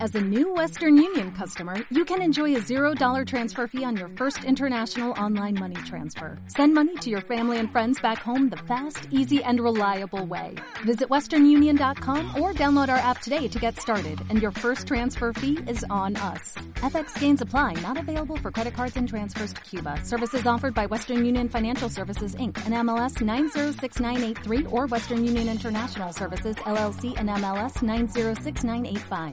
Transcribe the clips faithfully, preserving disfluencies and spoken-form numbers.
As a new Western Union customer, you can enjoy a zero dollar transfer fee on your first international online money transfer. Send money to your family and friends back home the fast, easy, and reliable way. Visit western union dot com or download our app today to get started, and your first transfer fee is on us. F X gains apply, not available for credit cards and transfers to Cuba. Services offered by Western Union Financial Services, Incorporated, and M L S nine zero six nine eight three or Western Union International Services, L L C, and M L S nine zero six nine eight five.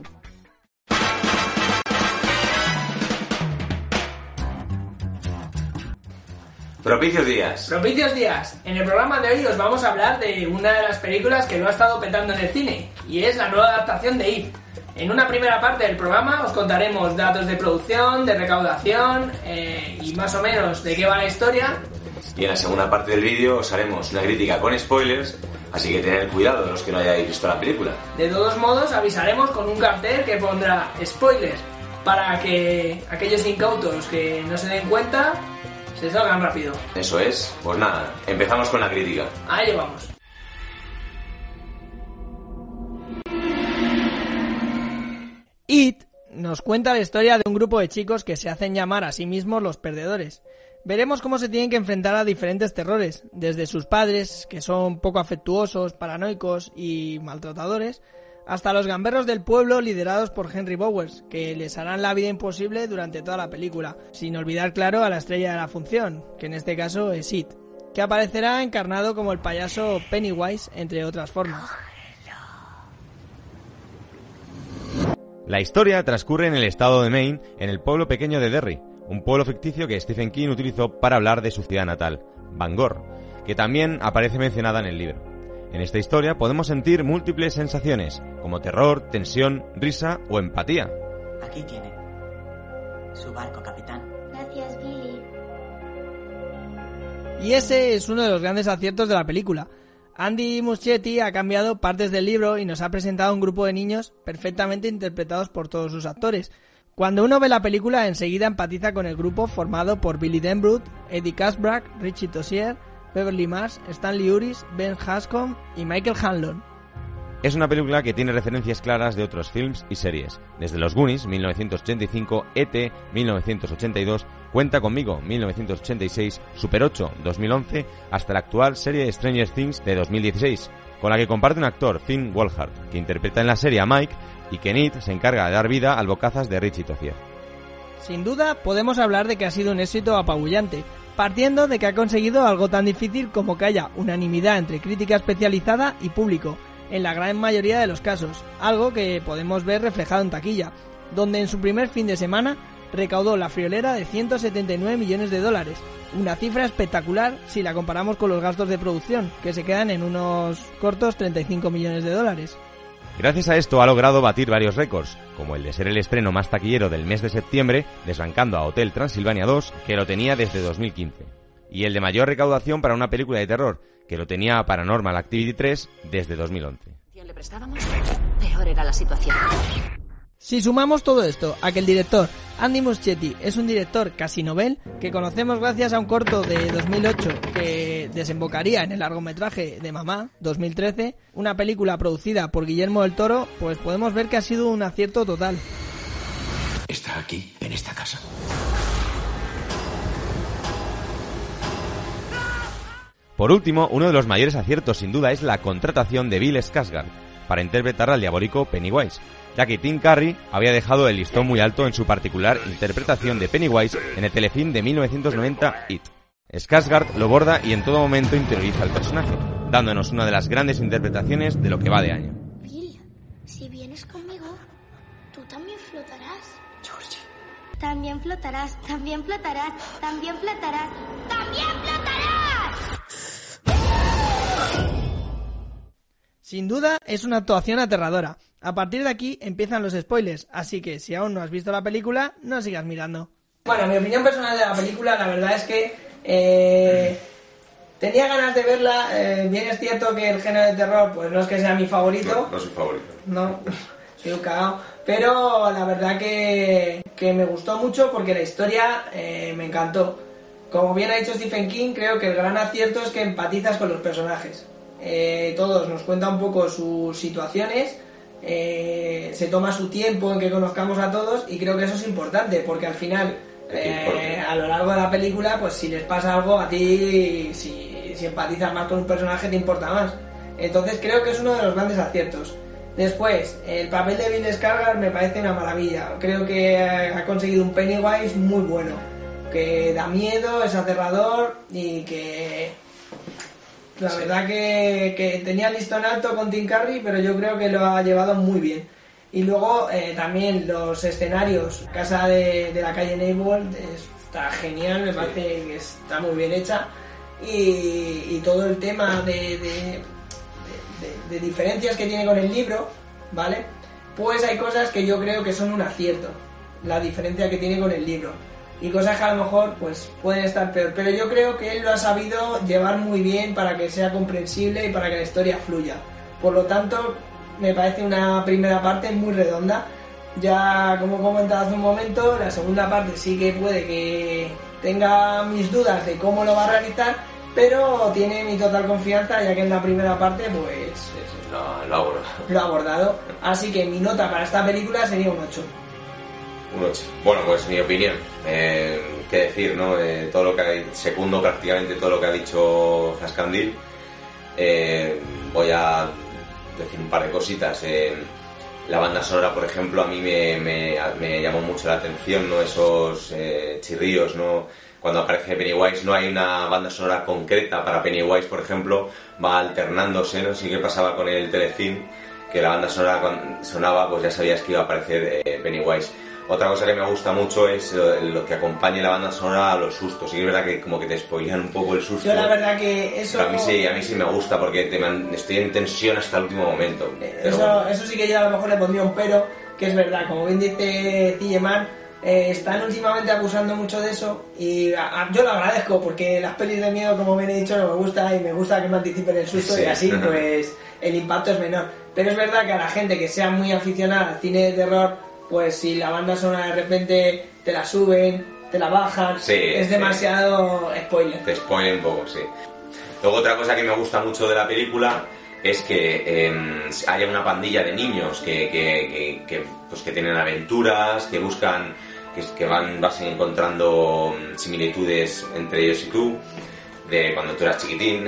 Propicios días. Propicios días. En el programa de hoy os vamos a hablar de una de las películas que lo ha estado petando en el cine, y es la nueva adaptación de It. En una primera parte del programa os contaremos datos de producción, de recaudación eh, y más o menos de qué va la historia. Y en la segunda parte del vídeo os haremos una crítica con spoilers, así que tened cuidado los que no hayáis visto la película. De todos modos avisaremos con un cartel que pondrá spoilers, para que aquellos incautos que no se den cuenta se salgan rápido. Eso es. Pues nada, empezamos con la crítica. Ahí vamos. It nos cuenta la historia de un grupo de chicos que se hacen llamar a sí mismos los perdedores. Veremos cómo se tienen que enfrentar a diferentes terrores, desde sus padres, que son poco afectuosos, paranoicos y maltratadores, hasta los gamberros del pueblo liderados por Henry Bowers, que les harán la vida imposible durante toda la película, sin olvidar, claro, a la estrella de la función, que en este caso es It, que aparecerá encarnado como el payaso Pennywise, entre otras formas. La historia transcurre en el estado de Maine, en el pueblo pequeño de Derry, un pueblo ficticio que Stephen King utilizó para hablar de su ciudad natal, Bangor, que también aparece mencionada en el libro. En esta historia podemos sentir múltiples sensaciones, como terror, tensión, risa o empatía. Aquí tiene su barco, capitán. Gracias, Billy. Y ese es uno de los grandes aciertos de la película. Andy Muschietti ha cambiado partes del libro y nos ha presentado un grupo de niños perfectamente interpretados por todos sus actores. Cuando uno ve la película, enseguida empatiza con el grupo formado por Billy Denbrough, Eddie Kaspbrak, Richie Tozier, Beverly Marsh, Stanley Uris, Ben Hanscom y Michael Hanlon. Es una película que tiene referencias claras de otros films y series, desde Los Goonies, mil novecientos ochenta y cinco, E T, mil novecientos ochenta y dos, Cuenta conmigo, mil novecientos ochenta y seis, Super ocho, dos mil once, hasta la actual serie Stranger Things de dos mil dieciséis, con la que comparte un actor, Finn Wolfhard, que interpreta en la serie a Mike, y que en It se encarga de dar vida al bocazas de Richie Tozier. Sin duda, podemos hablar de que ha sido un éxito apabullante, partiendo de que ha conseguido algo tan difícil como que haya unanimidad entre crítica especializada y público, en la gran mayoría de los casos, algo que podemos ver reflejado en taquilla, donde en su primer fin de semana recaudó la friolera de ciento setenta y nueve millones de dólares, una cifra espectacular si la comparamos con los gastos de producción, que se quedan en unos cortos treinta y cinco millones de dólares. Gracias a esto ha logrado batir varios récords, como el de ser el estreno más taquillero del mes de septiembre, desbancando a Hotel Transilvania dos, que lo tenía desde dos mil quince, y el de mayor recaudación para una película de terror, que lo tenía Paranormal Activity tres desde dos mil once. ¿Le prestábamos? Peor era la situación. Si sumamos todo esto a que el director Andy Muschietti es un director casi novel, que conocemos gracias a un corto de dos mil ocho que desembocaría en el largometraje de Mamá, dos mil trece, una película producida por Guillermo del Toro, pues podemos ver que ha sido un acierto total. Está aquí, en esta casa. Por último, uno de los mayores aciertos sin duda es la contratación de Bill Skarsgård para interpretar al diabólico Pennywise, ya que Tim Curry había dejado el listón muy alto en su particular interpretación de Pennywise en el telefilm de mil novecientos noventa It. Skarsgård lo borda y en todo momento interioriza al personaje, dándonos una de las grandes interpretaciones de lo que va de año. Bill, si vienes conmigo, tú también flotarás. Georgie. También flotarás, también flotarás, también flotarás, también flotarás. Sin duda es una actuación aterradora. A partir de aquí empiezan los spoilers, así que si aún no has visto la película, no sigas mirando. Bueno, mi opinión personal de la película, la verdad es que eh, tenía ganas de verla. Eh, bien es cierto que el género de terror pues no es que sea mi favorito. No, no soy favorito. No, soy un cagao. Pero la verdad que, que me gustó mucho porque la historia eh, me encantó. Como bien ha dicho Stephen King, creo que el gran acierto es que empatizas con los personajes. Eh, todos nos cuenta un poco sus situaciones, eh, se toma su tiempo en que conozcamos a todos, y creo que eso es importante, porque al final, eh, a lo largo de la película, pues si les pasa algo a ti, si, si empatizas más con un personaje, te importa más. Entonces creo que es uno de los grandes aciertos. Después, el papel de Bill Skarsgård me parece una maravilla. Creo que ha conseguido un Pennywise muy bueno, que da miedo, es aterrador y que la sí. verdad que, que tenía listo en alto con Tim Curry, pero yo creo que lo ha llevado muy bien. Y luego eh, también los escenarios, Casa de, de la calle Neybold, está genial, me parece que está muy bien hecha, y, y todo el tema de... de De, de diferencias que tiene con el libro, ¿vale? Pues hay cosas que yo creo que son un acierto, la diferencia que tiene con el libro, y cosas que a lo mejor pues pueden estar peor, pero yo creo que él lo ha sabido llevar muy bien para que sea comprensible y para que la historia fluya. Por lo tanto, me parece una primera parte muy redonda. Ya, como he comentado hace un momento, la segunda parte sí que puede que tenga mis dudas de cómo lo va a realizar, pero tiene mi total confianza, ya que en la primera parte pues lo, lo, ha abordado. lo ha abordado. Así que mi nota para esta película sería un ocho. Un ocho. Bueno, pues mi opinión. Eh, qué decir, ¿no? Eh, todo lo que ha, segundo prácticamente todo lo que ha dicho Zascandil. Eh, voy a decir un par de cositas. Eh, la banda sonora, por ejemplo, a mí me, me, me llamó mucho la atención, ¿no? Esos eh, chirríos, ¿no? Cuando aparece Pennywise no hay una banda sonora concreta para Pennywise, por ejemplo, va alternándose, ¿no? Sí que pasaba con el telefilm, que la banda sonora cuando sonaba, pues ya sabías que iba a aparecer eh, Pennywise. Otra cosa que me gusta mucho es lo, lo que acompañe la banda sonora a los sustos. Sí que es verdad que como que te spoilean un poco el susto. Yo la verdad que eso... Pero a mí sí, a mí sí me gusta porque te man... estoy en tensión hasta el último momento. Eso, pero... eso sí que yo a lo mejor le pondría un pero, que es verdad, como bien dice Zilleman, Eh, están últimamente acusando mucho de eso, y a, a, yo lo agradezco, porque las pelis de miedo, como bien he dicho, no me gusta, y me gusta que me anticipen el susto, sí. Y así pues el impacto es menor. Pero es verdad que a la gente que sea muy aficionada al cine de terror, pues si la banda sonora de repente te la suben, te la bajan, sí, es demasiado sí. spoiler. Te spoiler un poco, sí. Luego otra cosa que me gusta mucho de la película es que eh, haya una pandilla de niños que, que, que, que, pues que tienen aventuras, que buscan... Que, que van vas encontrando similitudes entre ellos y tú, de cuando tú eras chiquitín.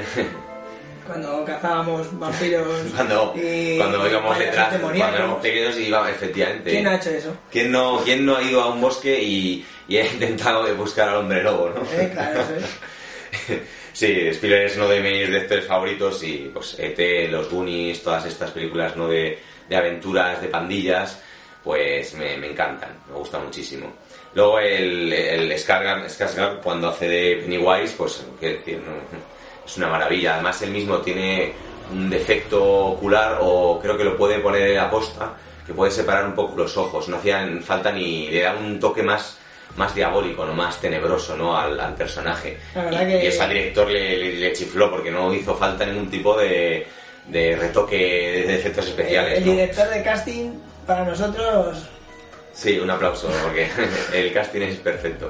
Cuando cazábamos vampiros. cuando, y cuando íbamos detrás, cuando éramos pequeños y íbamos, efectivamente. ¿Quién ha hecho eso? ¿Quién no, quién no ha ido a un bosque y, y ha intentado buscar al hombre lobo, no? Eh, claro, eso es. Sí, Spielberg es uno de mis directores favoritos, y pues E T, Los Goonies, todas estas películas, ¿no? de, de aventuras, de pandillas, pues me, me encantan, me gusta muchísimo. Luego el, el Skarsgård, Skarsgård cuando hace de Pennywise, pues qué decir, ¿no? Es una maravilla. Además él mismo tiene un defecto ocular, o creo que lo puede poner a posta, que puede separar un poco los ojos, no hacían falta ni, le da un toque más más diabólico, no más tenebroso, ¿no? al, al personaje. La verdad y, que... y eso al director le, le, le chifló, porque no hizo falta ningún tipo de, de retoque de efectos especiales. El, el ¿no? director de casting para nosotros... Sí, un aplauso, porque el casting es perfecto.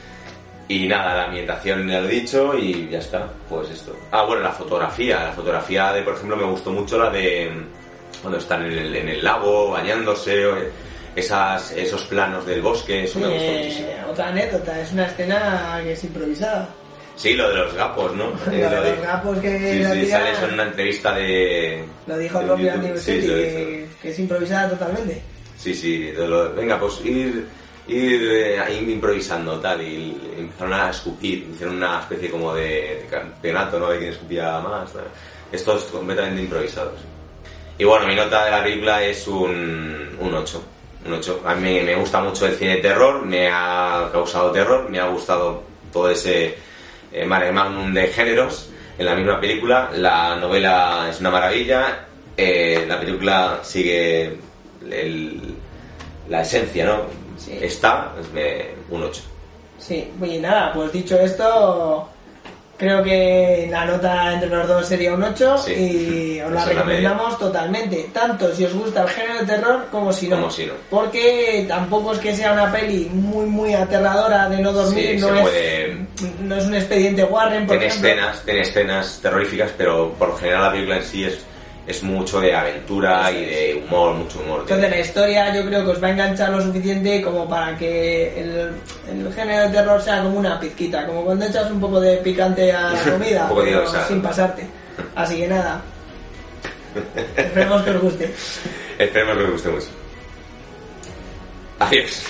Y nada, la ambientación ya lo he dicho y ya está, pues esto. Ah, bueno, la fotografía, la fotografía de, por ejemplo, me gustó mucho la de cuando están en el, en el lago, bañándose, esas, esos planos del bosque, eso sí, me gustó muchísimo. Otra anécdota, es una escena que es improvisada. Sí, lo de los gapos, ¿no? lo de los de... gapos que... Sí, sí, tira... sale eso en una entrevista de... Lo dijo el propio Andy Muschietti, sí, que, que es improvisada totalmente. Sí, sí, lo, venga, pues ir, ir eh, ahí improvisando, tal, y empezaron a escupir, hicieron una especie como de, de campeonato, ¿no? De quién escupía más, tal. Esto es completamente improvisado. Sí. Y bueno, mi nota de la película es un, un ocho. Un ocho. A mí me gusta mucho el cine de terror, me ha causado terror, me ha gustado todo ese eh, mare magnum de géneros en la misma película. La novela es una maravilla, eh, la película sigue el, la esencia, ¿no? Sí. Está, es me, un ocho. Sí, y nada, pues dicho esto, creo que la nota entre los dos sería un ocho, sí. Y os la recomendamos totalmente, tanto si os gusta el género de terror como si no. Como si no. Porque tampoco es que sea una peli muy muy aterradora de no dormir, sí, no, es, puede... no es un expediente Warren, por tiene ejemplo. escenas, tiene escenas terroríficas, pero por lo general la película en sí es, es mucho de aventura y de humor, mucho humor. Entonces la historia yo creo que os va a enganchar lo suficiente como para que el, el género de terror sea como una pizquita, como cuando echas un poco de picante a la comida, un poco de pero o sea, sin pasarte. Así que nada, esperemos que os guste. Esperemos que os guste mucho. Adiós.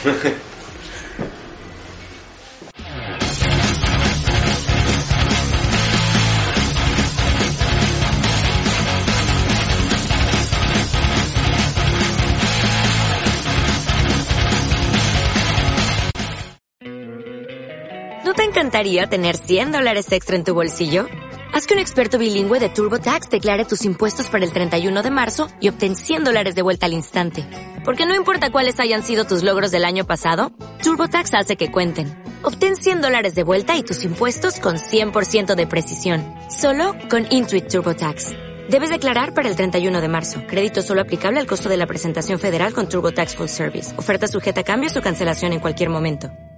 ¿No te encantaría tener cien dólares extra en tu bolsillo? Haz que un experto bilingüe de TurboTax declare tus impuestos para el treinta y uno de marzo y obtén cien dólares de vuelta al instante. Porque no importa cuáles hayan sido tus logros del año pasado, TurboTax hace que cuenten. Obtén cien dólares de vuelta y tus impuestos con cien por ciento de precisión. Solo con Intuit TurboTax. Debes declarar para el treinta y uno de marzo. Crédito solo aplicable al costo de la presentación federal con TurboTax Full Service. Oferta sujeta a cambios o cancelación en cualquier momento.